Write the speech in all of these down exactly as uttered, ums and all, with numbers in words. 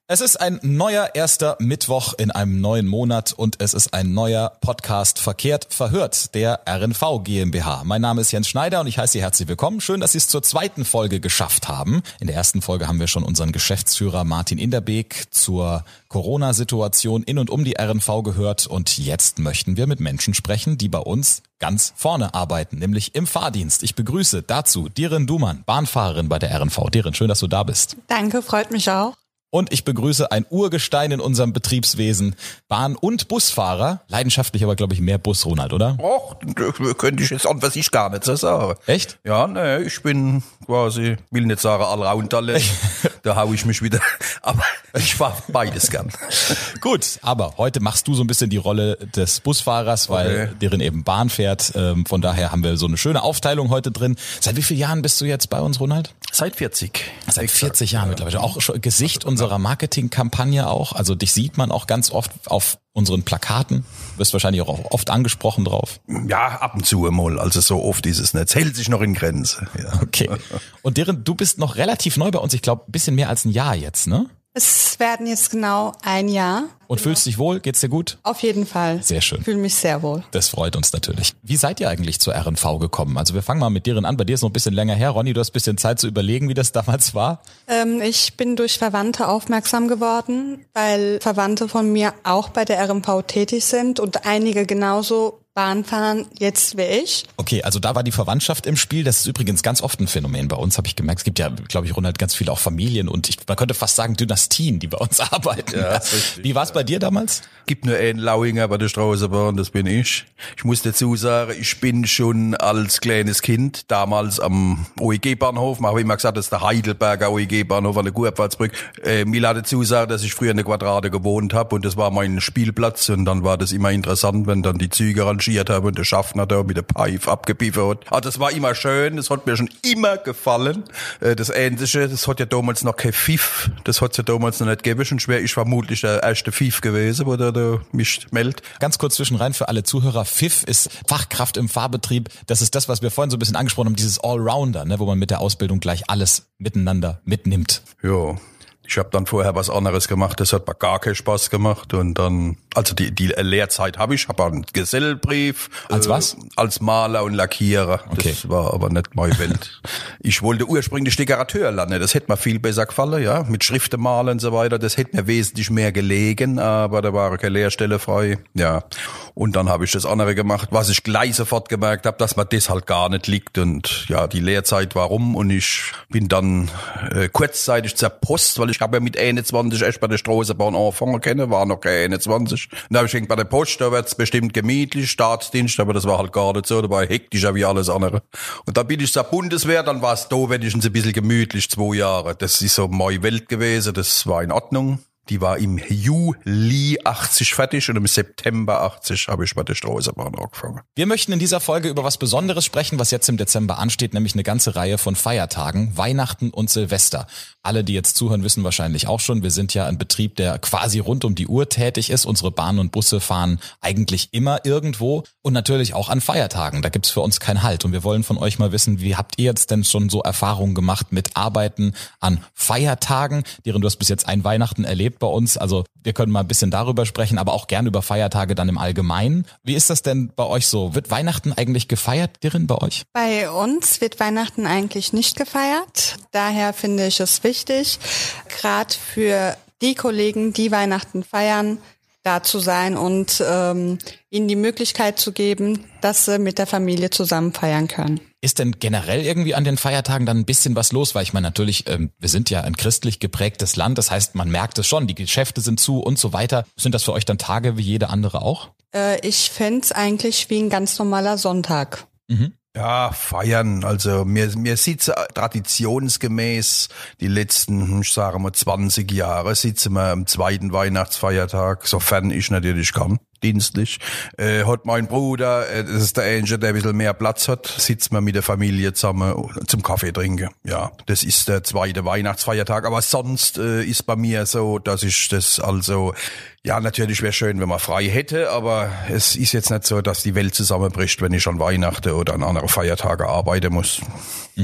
Es ist ein neuer erster Mittwoch in einem neuen Monat und es ist ein neuer Podcast Verkehrt verhört, der R N V GmbH. Mein Name ist Jens Schneider und ich heiße Sie herzlich willkommen. Schön, dass Sie es zur zweiten Folge geschafft haben. In der ersten Folge haben wir schon unseren Geschäftsführer Martin Inderbeek zur Corona-Situation in und um die R N V gehört und jetzt möchten wir mit Menschen sprechen, die bei uns ganz vorne arbeiten, nämlich im Fahrdienst. Ich begrüße dazu Dirin Dumann, Bahnfahrerin bei der R N V. Dirin, schön, dass du da bist. Danke, freut mich auch. Und ich begrüße ein Urgestein in unserem Betriebswesen, Bahn- und Busfahrer, leidenschaftlich aber, glaube ich, mehr Bus, Ronald, oder? Och, könnte ich jetzt an was ich gar nicht so sagen. Echt? Ja, ne, ich bin quasi, will nicht sagen Allround-Talent, da hau ich mich wieder, aber ich fahr beides gern. Gut, aber heute machst du so ein bisschen die Rolle des Busfahrers, weil Okay. deren eben Bahn fährt. Ähm, Von daher haben wir so eine schöne Aufteilung heute drin. Seit wie vielen Jahren bist du jetzt bei uns, Ronald? Seit vierzig. Seit Exakt. vierzig Jahren mittlerweile. Auch schon Gesicht unserer Marketingkampagne auch. Also dich sieht man auch ganz oft auf unseren Plakaten. Wirst wahrscheinlich auch oft angesprochen drauf. Ja, ab und zu mal, also so oft ist es nicht. Es hält sich noch in Grenze. Ja. Okay. Und deren, du bist noch relativ neu bei uns. Ich glaube, ein bisschen mehr als ein Jahr jetzt, ne? Es werden jetzt genau ein Jahr. Und fühlst dich wohl? Geht's dir gut? Auf jeden Fall. Sehr schön. Ich fühle mich sehr wohl. Das freut uns natürlich. Wie seid ihr eigentlich zur R N V gekommen? Also wir fangen mal mit Dirin an. Bei dir ist noch ein bisschen länger her. Ronny, du hast ein bisschen Zeit zu überlegen, wie das damals war. Ähm, ich bin durch Verwandte aufmerksam geworden, weil Verwandte von mir auch bei der R N V tätig sind und einige genauso Bahn fahren jetzt wie ich. Okay, also da war die Verwandtschaft im Spiel. Das ist übrigens ganz oft ein Phänomen bei uns, habe ich gemerkt. Es gibt ja, glaube ich, Ronald, ganz viele auch Familien und ich, man könnte fast sagen Dynastien, die bei uns arbeiten. Ja, ist richtig, Wie war es bei dir damals? Gibt nur einen Lauinger bei der Straßenbahn, das bin ich. Ich muss dazu sagen, ich bin schon als kleines Kind damals am O E G-Bahnhof, man habe immer gesagt, das ist der Heidelberger O E G-Bahnhof an der Kurpfalzbrücke. Äh, mir lag dazu sagen, dass ich früher in der Quadrate gewohnt habe und das war mein Spielplatz und dann war das immer interessant, wenn dann die Züge rangiert haben und der Schaffner da mit der Pfeife abgepiefert hat. Also das war immer schön, das hat mir schon immer gefallen. Äh, das Ähnliche, das hat ja damals noch kein Pfiff, das hat ja damals noch nicht gegeben, und schwer ich vermutlich der erste Pfiff gewesen, wo der, der mich meldet. Ganz kurz zwischenrein für alle Zuhörer. Pfiff ist Fachkraft im Fahrbetrieb. Das ist das, was wir vorhin so ein bisschen angesprochen haben, dieses Allrounder, ne, wo man mit der Ausbildung gleich alles miteinander mitnimmt. Ja, ich habe dann vorher was anderes gemacht, das hat mir gar keinen Spaß gemacht und dann, also die, die Lehrzeit habe ich, habe einen Gesellbrief. Als was? Als Maler und Lackierer. Okay. Das war aber nicht meine Welt. Ich wollte ursprünglich Dekorateur lernen, das hätte mir viel besser gefallen, ja, mit Schriften malen und so weiter, das hätte mir wesentlich mehr gelegen, aber da war keine Lehrstelle frei, ja. Und dann habe ich das andere gemacht, was ich gleich sofort gemerkt habe, dass mir das halt gar nicht liegt und ja, die Lehrzeit war rum und ich bin dann äh, kurzzeitig zur Post, weil ich habe ja mit einundzwanzig erst bei der Straßenbahn angefangen können, war noch keine einundzwanzig. Und da habe ich gedacht, bei der Post, da wird's bestimmt gemütlich, Staatsdienst, aber das war halt gar nicht so, da war hektischer wie alles andere. Und dann bin ich zur Bundeswehr, dann war es da wenigstens ein bisschen gemütlich, zwei Jahre. Das ist so meine Welt gewesen, das war in Ordnung. Die war im Juli achtzig fertig und im September achtzig habe ich bei der Straßenbahn angefangen. Wir möchten in dieser Folge über was Besonderes sprechen, was jetzt im Dezember ansteht, nämlich eine ganze Reihe von Feiertagen, Weihnachten und Silvester. Alle, die jetzt zuhören, wissen wahrscheinlich auch schon, wir sind ja ein Betrieb, der quasi rund um die Uhr tätig ist. Unsere Bahnen und Busse fahren eigentlich immer irgendwo und natürlich auch an Feiertagen. Da gibt's für uns keinen Halt und wir wollen von euch mal wissen, wie habt ihr jetzt denn schon so Erfahrungen gemacht mit Arbeiten an Feiertagen? Deren, du hast bis jetzt ein Weihnachten erlebt bei uns, also wir können mal ein bisschen darüber sprechen, aber auch gern über Feiertage dann im Allgemeinen. Wie ist das denn bei euch so? Wird Weihnachten eigentlich gefeiert, Dirin, bei euch? Bei uns wird Weihnachten eigentlich nicht gefeiert. Daher finde ich es wichtig, gerade für die Kollegen, die Weihnachten feiern, da zu sein und ähm, ihnen die Möglichkeit zu geben, dass sie mit der Familie zusammen feiern können. Ist denn generell irgendwie an den Feiertagen dann ein bisschen was los? Weil ich meine natürlich, ähm, wir sind ja ein christlich geprägtes Land, das heißt, man merkt es schon, die Geschäfte sind zu und so weiter. Sind das für euch dann Tage wie jede andere auch? Äh, ich fände es eigentlich wie ein ganz normaler Sonntag. Mhm. Ja, feiern. Also mir, mir sitzen traditionsgemäß die letzten, ich sage mal zwanzig Jahre, sitzen wir am zweiten Weihnachtsfeiertag, sofern ich natürlich kann. dienstlich, äh, hat mein Bruder, äh, das ist der Einzige, der ein bisschen mehr Platz hat, sitzt man mit der Familie zusammen zum Kaffee trinken. Ja, das ist der zweite Weihnachtsfeiertag, aber sonst äh, ist bei mir so, dass ich das also, ja, natürlich wäre schön, wenn man frei hätte, aber es ist jetzt nicht so, dass die Welt zusammenbricht, wenn ich an Weihnachten oder an anderen Feiertagen arbeiten muss. Mhm. Ja.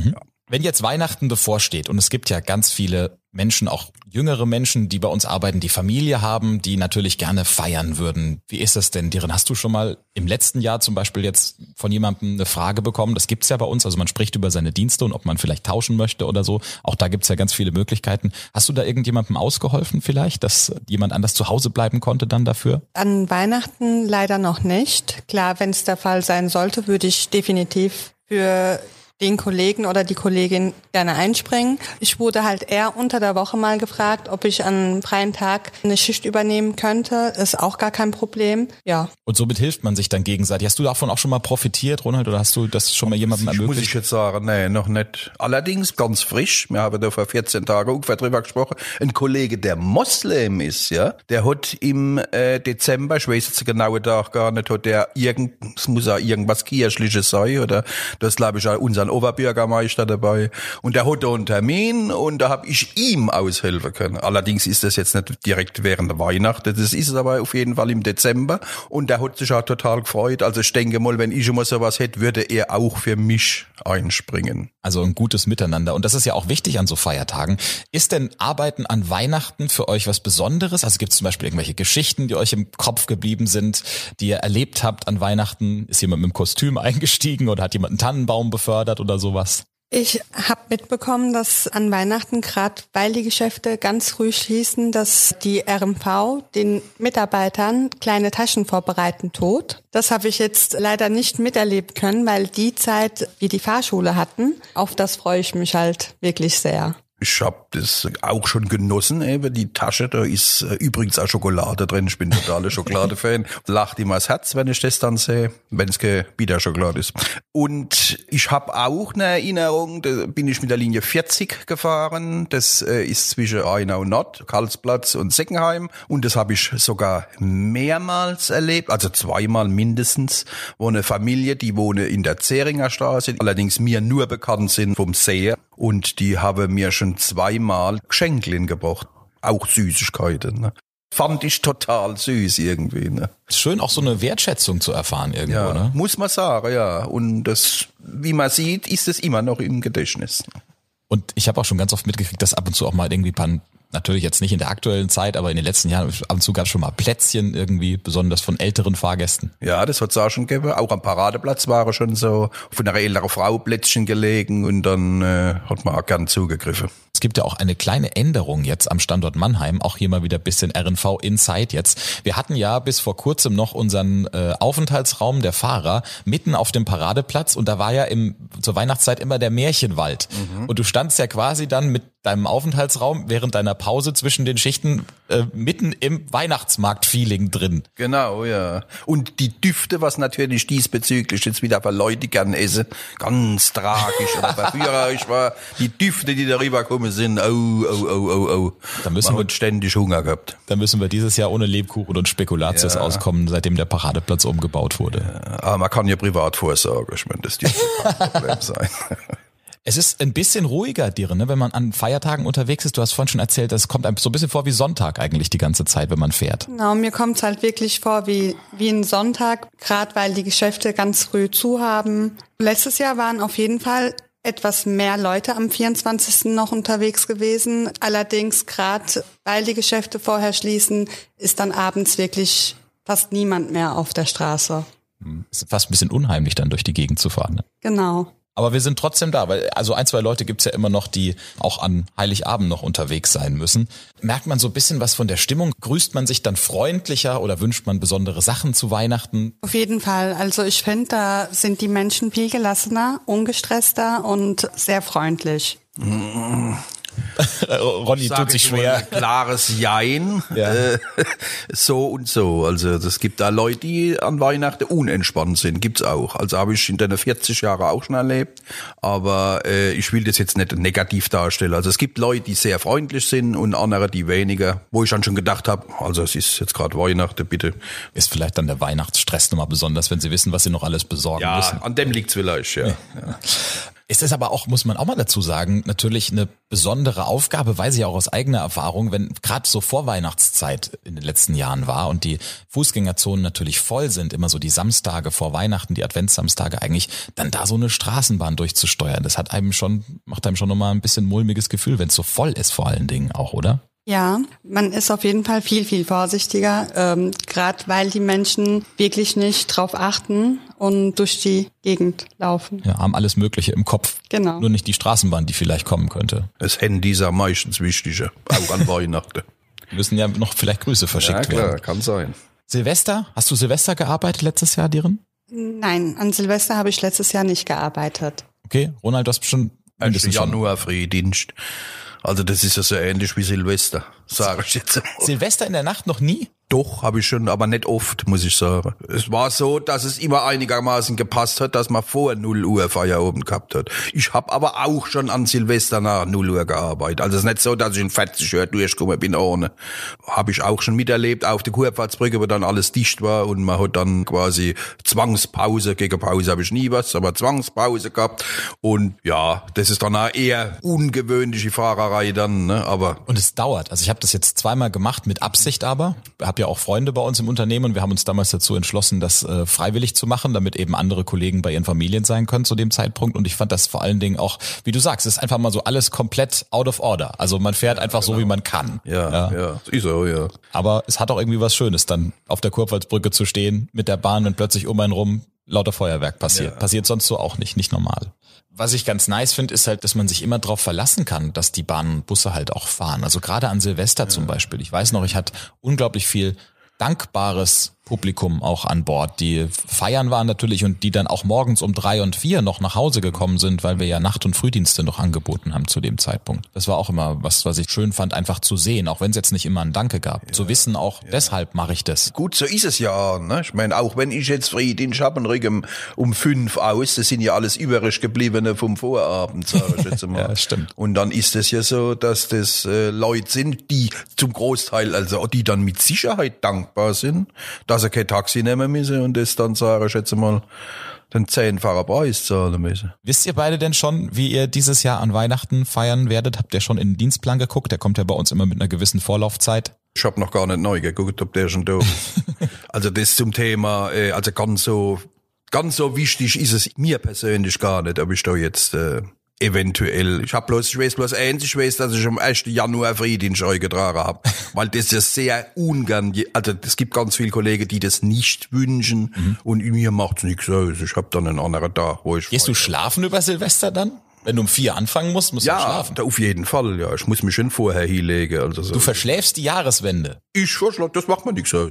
Wenn jetzt Weihnachten bevorsteht und es gibt ja ganz viele Menschen, auch jüngere Menschen, die bei uns arbeiten, die Familie haben, die natürlich gerne feiern würden. Wie ist das denn, Diren? Hast du schon mal im letzten Jahr zum Beispiel jetzt von jemandem eine Frage bekommen? Das gibt's ja bei uns, also man spricht über seine Dienste und ob man vielleicht tauschen möchte oder so. Auch da gibt's ja ganz viele Möglichkeiten. Hast du da irgendjemandem ausgeholfen vielleicht, dass jemand anders zu Hause bleiben konnte dann dafür? An Weihnachten leider noch nicht. Klar, wenn es der Fall sein sollte, würde ich definitiv für den Kollegen oder die Kollegin gerne einspringen. Ich wurde halt eher unter der Woche mal gefragt, ob ich an einem freien Tag eine Schicht übernehmen könnte. Ist auch gar kein Problem, ja. Und somit hilft man sich dann gegenseitig. Hast du davon auch schon mal profitiert, Ronald, oder hast du das schon mal jemandem ermöglicht? Muss ich jetzt sagen, nee, noch nicht. Allerdings ganz frisch, wir haben da vor vierzehn Tagen ungefähr drüber gesprochen, ein Kollege, der Moslem ist, ja, der hat im äh, Dezember, ich weiß jetzt den genauen Tag gar nicht, hat der irgend, es muss auch irgendwas Kirchliches sein, oder das glaube ich auch unser Oberbürgermeister dabei, und der hat da einen Termin und da habe ich ihm aushelfen können. Allerdings ist das jetzt nicht direkt während der Weihnachten, das ist es aber auf jeden Fall im Dezember, und der hat sich auch total gefreut. Also ich denke mal, wenn ich immer sowas hätte, würde er auch für mich einspringen. Also ein gutes Miteinander, und das ist ja auch wichtig an so Feiertagen. Ist denn Arbeiten an Weihnachten für euch was Besonderes? Also gibt es zum Beispiel irgendwelche Geschichten, die euch im Kopf geblieben sind, die ihr erlebt habt an Weihnachten? Ist jemand mit dem Kostüm eingestiegen oder hat jemand einen Tannenbaum befördert oder sowas? Ich habe mitbekommen, dass an Weihnachten, gerade weil die Geschäfte ganz früh schließen, dass die R M V den Mitarbeitern kleine Taschen vorbereiten tut. Das habe ich jetzt leider nicht miterlebt können, weil die Zeit, wie die Fahrschule hatten, auf das freue ich mich halt wirklich sehr. Ich hab das auch schon genossen, eben die Tasche, da ist äh, übrigens auch Schokolade drin, ich bin totaler Schokolade-Fan, lacht immer das Herz, wenn ich das dann sehe, wenn es keine Bitterschokolade ist. Und ich habe auch eine Erinnerung, da bin ich mit der Linie vierzig gefahren, das äh, ist zwischen Einau Nord, Karlsplatz und Seckenheim, und das habe ich sogar mehrmals erlebt, also zweimal mindestens, wo eine Familie, die wohne in der Zähringer Straße, allerdings mir nur bekannt sind vom Seher, und die haben mir schon zweimal Geschenklin gebracht. Auch Süßigkeiten. Ne? Fand ich total süß irgendwie. Ne? Schön auch so eine Wertschätzung zu erfahren irgendwo, ja, ne? Muss man sagen, ja. Und das, wie man sieht, ist es immer noch im Gedächtnis. Und ich habe auch schon ganz oft mitgekriegt, dass ab und zu auch mal irgendwie pan natürlich jetzt nicht in der aktuellen Zeit, aber in den letzten Jahren ab und zu gab es schon mal Plätzchen irgendwie, besonders von älteren Fahrgästen. Ja, das hat es auch schon gegeben. Auch am Paradeplatz waren schon so von einer älteren Frau Plätzchen gelegen, und dann äh, hat man auch gern zugegriffen. Es gibt ja auch eine kleine Änderung jetzt am Standort Mannheim, auch hier mal wieder ein bisschen R N V Inside jetzt. Wir hatten ja bis vor kurzem noch unseren äh, Aufenthaltsraum der Fahrer mitten auf dem Paradeplatz, und da war ja im zur Weihnachtszeit immer der Märchenwald. Mhm. Und du standst ja quasi dann mit deinem Aufenthaltsraum während deiner Pause zwischen den Schichten äh, mitten im Weihnachtsmarkt-Feeling drin. Genau, ja. Und die Düfte, was natürlich diesbezüglich jetzt wieder für Leute gern essen, ganz tragisch oder verführerisch war, die Düfte, die darüber kommen sind, oh, oh, oh, oh, oh. Da müssen Man wir hat ständig Hunger gehabt. Da müssen wir dieses Jahr ohne Lebkuchen und Spekulatius ja. auskommen, seitdem der Paradeplatz umgebaut wurde. Ja, aber man kann ja privat vorsorgen, ich meine, das dürfte kein Problem sein. Es ist ein bisschen ruhiger, Diren, ne, wenn man an Feiertagen unterwegs ist. Du hast vorhin schon erzählt, es kommt einem so ein bisschen vor wie Sonntag eigentlich die ganze Zeit, wenn man fährt. Genau, mir kommt es halt wirklich vor wie, wie ein Sonntag, gerade weil die Geschäfte ganz früh zu haben. Letztes Jahr waren auf jeden Fall etwas mehr Leute am vierundzwanzigsten noch unterwegs gewesen. Allerdings gerade, weil die Geschäfte vorher schließen, ist dann abends wirklich fast niemand mehr auf der Straße. Ist fast ein bisschen unheimlich, dann durch die Gegend zu fahren. Ne? Genau. Aber wir sind trotzdem da, weil also ein, zwei Leute gibt's ja immer noch, die auch an Heiligabend noch unterwegs sein müssen. Merkt man so ein bisschen was von der Stimmung? Grüßt man sich dann freundlicher oder wünscht man besondere Sachen zu Weihnachten? Auf jeden Fall. Also ich finde, da sind die Menschen viel gelassener, ungestresster und sehr freundlich. Mmh. Ronny tut sich schwer. Ein klares Jein, ja. äh, so und so. Also es gibt da Leute, die an Weihnachten unentspannt sind, gibt's auch. Also habe ich in den vierzig Jahren auch schon erlebt, aber äh, ich will das jetzt nicht negativ darstellen. Also es gibt Leute, die sehr freundlich sind und andere, die weniger, wo ich dann schon gedacht habe, also es ist jetzt gerade Weihnachten, bitte. Ist vielleicht dann der Weihnachtsstress nochmal besonders, wenn sie wissen, was sie noch alles besorgen ja, müssen. Ja, an dem liegt's vielleicht, ja. ja. Es ist aber auch, muss man auch mal dazu sagen, natürlich eine besondere Aufgabe, weiß ich auch aus eigener Erfahrung, wenn gerade so Vorweihnachtszeit in den letzten Jahren war und die Fußgängerzonen natürlich voll sind, immer so die Samstage vor Weihnachten, die Adventssamstage eigentlich, dann da so eine Straßenbahn durchzusteuern, das hat einem schon, macht einem schon nochmal ein bisschen mulmiges Gefühl, wenn es so voll ist vor allen Dingen auch, oder? Ja, man ist auf jeden Fall viel, viel vorsichtiger, ähm, gerade weil die Menschen wirklich nicht drauf achten und durch die Gegend laufen. Ja, haben alles Mögliche im Kopf. Genau. Nur nicht die Straßenbahn, die vielleicht kommen könnte. Das Handy ist am meistens wichtiger, auch an Weihnachten. Müssen ja noch vielleicht Grüße verschickt Ja klar, werden. kann sein. Silvester, hast du Silvester gearbeitet letztes Jahr, Diren? Nein, an Silvester habe ich letztes Jahr nicht gearbeitet. Okay, Ronald, du hast bestimmt mindestens schon. Januar Frühdienst. Also das ist ja so ähnlich wie Silvester, sage ich jetzt mal. Silvester in der Nacht noch nie? Doch, habe ich schon, aber nicht oft, muss ich sagen. Es war so, dass es immer einigermaßen gepasst hat, dass man vor null Uhr Feierabend gehabt hat. Ich habe aber auch schon an Silvester nach null Uhr gearbeitet. Also es ist nicht so, dass ich in vierzig Uhr durchgekommen bin ohne. Habe ich auch schon miterlebt auf der Kurpfalzbrücke, wo dann alles dicht war und man hat dann quasi Zwangspause, gegen Pause habe ich nie was, aber Zwangspause gehabt. Und ja, das ist dann auch eher ungewöhnliche Fahrerei dann, ne? Aber und es dauert. Also ich habe das jetzt zweimal gemacht, mit Absicht aber. Hab ja auch Freunde bei uns im Unternehmen und wir haben uns damals dazu entschlossen, das äh, freiwillig zu machen, damit eben andere Kollegen bei ihren Familien sein können zu dem Zeitpunkt. Und ich fand das vor allen Dingen auch, wie du sagst, es ist einfach mal so alles komplett out of order. Also man fährt einfach so, wie man kann. ja, ja, ja, ist so, ja. Aber es hat auch irgendwie was Schönes, dann auf der Kurpfalzbrücke zu stehen mit der Bahn und plötzlich um einen rum lauter Feuerwerk passiert. Ja. Passiert sonst so auch nicht, nicht normal. Was ich ganz nice finde, ist halt, dass man sich immer darauf verlassen kann, dass die Bahnen und Busse halt auch fahren. Also gerade an Silvester ja. zum Beispiel. Ich weiß noch, ich hatte unglaublich viel dankbares Publikum auch an Bord, die feiern waren natürlich und die dann auch morgens um drei und vier noch nach Hause gekommen sind, weil wir ja Nacht- und Frühdienste noch angeboten haben zu dem Zeitpunkt. Das war auch immer was, was ich schön fand, einfach zu sehen, auch wenn es jetzt nicht immer ein Danke gab. Ja, zu wissen auch, ja. deshalb mache ich das. Gut, so ist es ja. Ne? Ich meine, auch wenn ich jetzt Frühdienst habe und rück um, um fünf aus, das sind ja alles übrig gebliebene vom Vorabend, sage ich jetzt mal. Ja, das stimmt. Und dann ist es ja so, dass das äh, Leute sind, die zum Großteil, also die dann mit Sicherheit dankbar sind, dass er kein Taxi nehmen müssen und das dann, sage ich jetzt mal, den zehnfachen Preis zahlen müssen. Wisst ihr beide denn schon, wie ihr dieses Jahr an Weihnachten feiern werdet? Habt ihr schon in den Dienstplan geguckt? Der kommt ja bei uns immer mit einer gewissen Vorlaufzeit. Ich habe noch gar nicht neu geguckt, ob der schon da ist. Also das zum Thema, äh, also ganz so, ganz so wichtig ist es mir persönlich gar nicht, ob ich da jetzt äh, eventuell, ich hab bloß, ich weiß bloß eins, ich weiß, dass ich am ersten Januar Frühdienst getragen habe, weil das ja sehr ungern, also es gibt ganz viele Kollegen, die das nicht wünschen mhm. und mir macht's nichts aus. Ich hab dann einen anderen Tag, wo ich Gehst du schlafen über Silvester dann? Wenn du um vier anfangen musst, musst ja, du schlafen. Ja, auf jeden Fall, ja. Ich muss mich schon vorher hinlegen. Also so. Du verschläfst die Jahreswende. Ich verschlag, das macht mir nichts aus.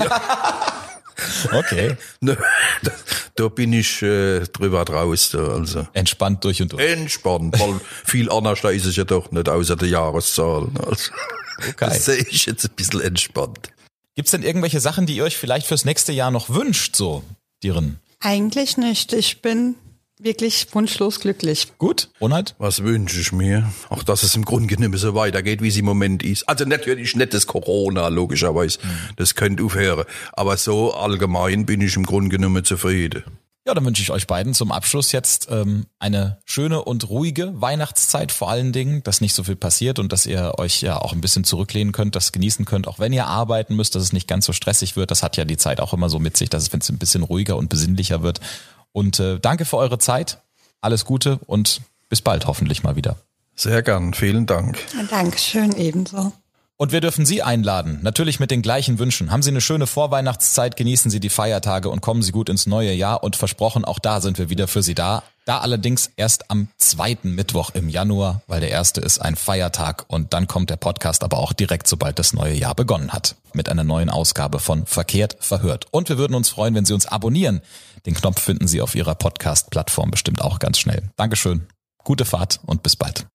Okay. Ne, da, da bin ich äh, drüber draus. Da, also. Entspannt durch und durch. Entspannt, weil viel anders da ist es ja doch nicht, außer der Jahreszahl. Also, okay. Das sehe ich jetzt ein bisschen entspannt. Gibt's denn irgendwelche Sachen, die ihr euch vielleicht fürs nächste Jahr noch wünscht, so, Diren? Eigentlich nicht. Ich bin wirklich wunschlos glücklich. Gut, Ronald? Was wünsche ich mir? Auch, dass es im Grunde genommen so weitergeht, wie es im Moment ist. Also natürlich nicht das Corona, logischerweise. Mhm. Das könnte aufhören. Aber so allgemein bin ich im Grunde genommen zufrieden. Ja, dann wünsche ich euch beiden zum Abschluss jetzt ähm, eine schöne und ruhige Weihnachtszeit vor allen Dingen, dass nicht so viel passiert und dass ihr euch ja auch ein bisschen zurücklehnen könnt, das genießen könnt, auch wenn ihr arbeiten müsst, dass es nicht ganz so stressig wird. Das hat ja die Zeit auch immer so mit sich, dass es, wenn es ein bisschen ruhiger und besinnlicher wird. Und äh, danke für eure Zeit, alles Gute und bis bald hoffentlich mal wieder. Sehr gern, vielen Dank. Dankeschön, ebenso. Und wir dürfen Sie einladen, natürlich mit den gleichen Wünschen. Haben Sie eine schöne Vorweihnachtszeit, genießen Sie die Feiertage und kommen Sie gut ins neue Jahr. Und versprochen, auch da sind wir wieder für Sie da. Da allerdings erst am zweiten Mittwoch im Januar, weil der erste ist ein Feiertag. Und dann kommt der Podcast aber auch direkt, sobald das neue Jahr begonnen hat. Mit einer neuen Ausgabe von Verkehrt verhört. Und wir würden uns freuen, wenn Sie uns abonnieren. Den Knopf finden Sie auf Ihrer Podcast-Plattform bestimmt auch ganz schnell. Dankeschön, gute Fahrt und bis bald.